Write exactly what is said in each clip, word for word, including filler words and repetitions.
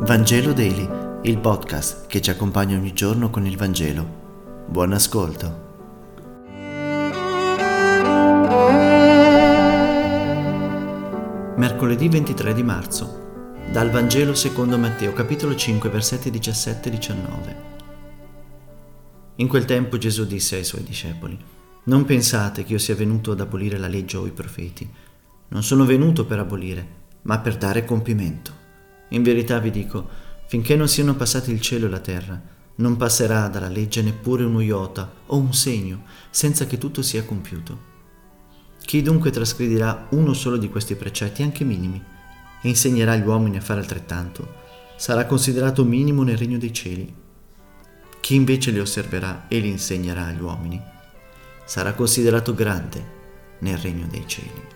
Vangelo Daily, il podcast che ci accompagna ogni giorno con il Vangelo. Buon ascolto. Mercoledì ventitré di marzo. Dal Vangelo secondo Matteo, capitolo cinque, versetti diciassette e diciannove. In quel tempo Gesù disse ai suoi discepoli: «Non pensate che io sia venuto ad abolire la legge o i profeti. Non sono venuto per abolire, ma per dare compimento. In verità vi dico, finché non siano passati il cielo e la terra, non passerà dalla legge neppure uno iota o un segno, senza che tutto sia compiuto. Chi dunque trasgredirà uno solo di questi precetti, anche minimi, e insegnerà agli uomini a fare altrettanto, sarà considerato minimo nel regno dei cieli. Chi invece li osserverà e li insegnerà agli uomini, sarà considerato grande nel regno dei cieli».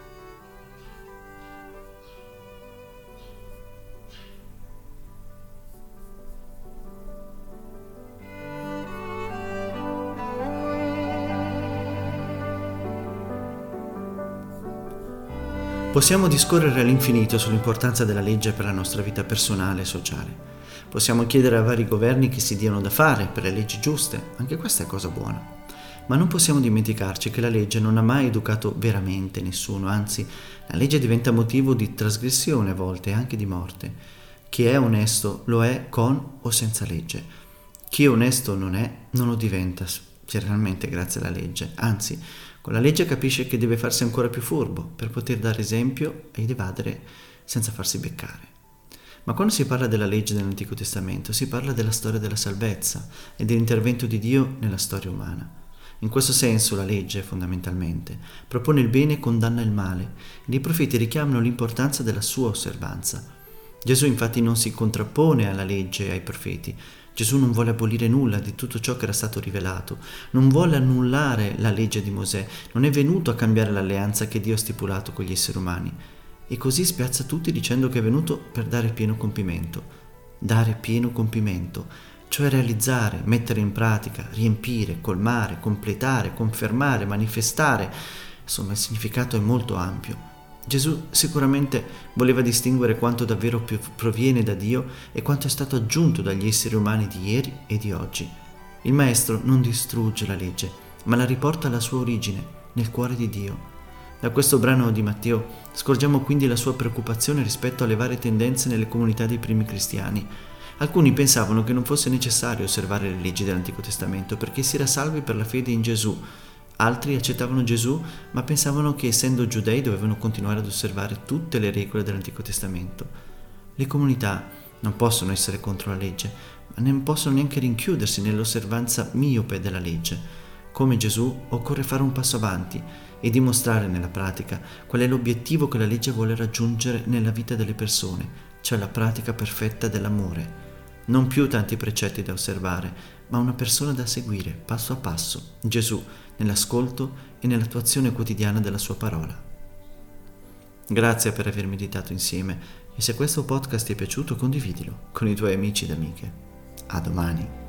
Possiamo discorrere all'infinito sull'importanza della legge per la nostra vita personale e sociale. Possiamo chiedere a vari governi che si diano da fare per le leggi giuste, anche questa è cosa buona. Ma non possiamo dimenticarci che la legge non ha mai educato veramente nessuno, anzi, la legge diventa motivo di trasgressione a volte e anche di morte. Chi è onesto lo è con o senza legge. Chi onesto non è, non lo diventa generalmente grazie alla legge, anzi, con la legge capisce che deve farsi ancora più furbo per poter dare esempio ed evadere senza farsi beccare. Ma quando si parla della legge dell'Antico Testamento si parla della storia della salvezza e dell'intervento di Dio nella storia umana. In questo senso la legge, fondamentalmente, propone il bene e condanna il male, ed i profeti richiamano l'importanza della sua osservanza. Gesù infatti non si contrappone alla legge e ai profeti. Gesù non vuole abolire nulla di tutto ciò che era stato rivelato, non vuole annullare la legge di Mosè, non è venuto a cambiare l'alleanza che Dio ha stipulato con gli esseri umani. E così spiazza tutti dicendo che è venuto per dare pieno compimento. Dare pieno compimento, cioè realizzare, mettere in pratica, riempire, colmare, completare, confermare, manifestare. Insomma, il significato è molto ampio. Gesù sicuramente voleva distinguere quanto davvero proviene da Dio e quanto è stato aggiunto dagli esseri umani di ieri e di oggi. Il Maestro non distrugge la legge, ma la riporta alla sua origine, nel cuore di Dio. Da questo brano di Matteo scorgiamo quindi la sua preoccupazione rispetto alle varie tendenze nelle comunità dei primi cristiani. Alcuni pensavano che non fosse necessario osservare le leggi dell'Antico Testamento perché si era salvi per la fede in Gesù. Altri accettavano Gesù, ma pensavano che essendo giudei dovevano continuare ad osservare tutte le regole dell'Antico Testamento. Le comunità non possono essere contro la legge, ma non possono neanche rinchiudersi nell'osservanza miope della legge. Come Gesù, occorre fare un passo avanti e dimostrare nella pratica qual è l'obiettivo che la legge vuole raggiungere nella vita delle persone, cioè la pratica perfetta dell'amore. Non più tanti precetti da osservare, ma una persona da seguire, passo a passo, Gesù, nell'ascolto e nell'attuazione quotidiana della sua parola. Grazie per aver meditato insieme e se questo podcast ti è piaciuto condividilo con i tuoi amici ed amiche. A domani.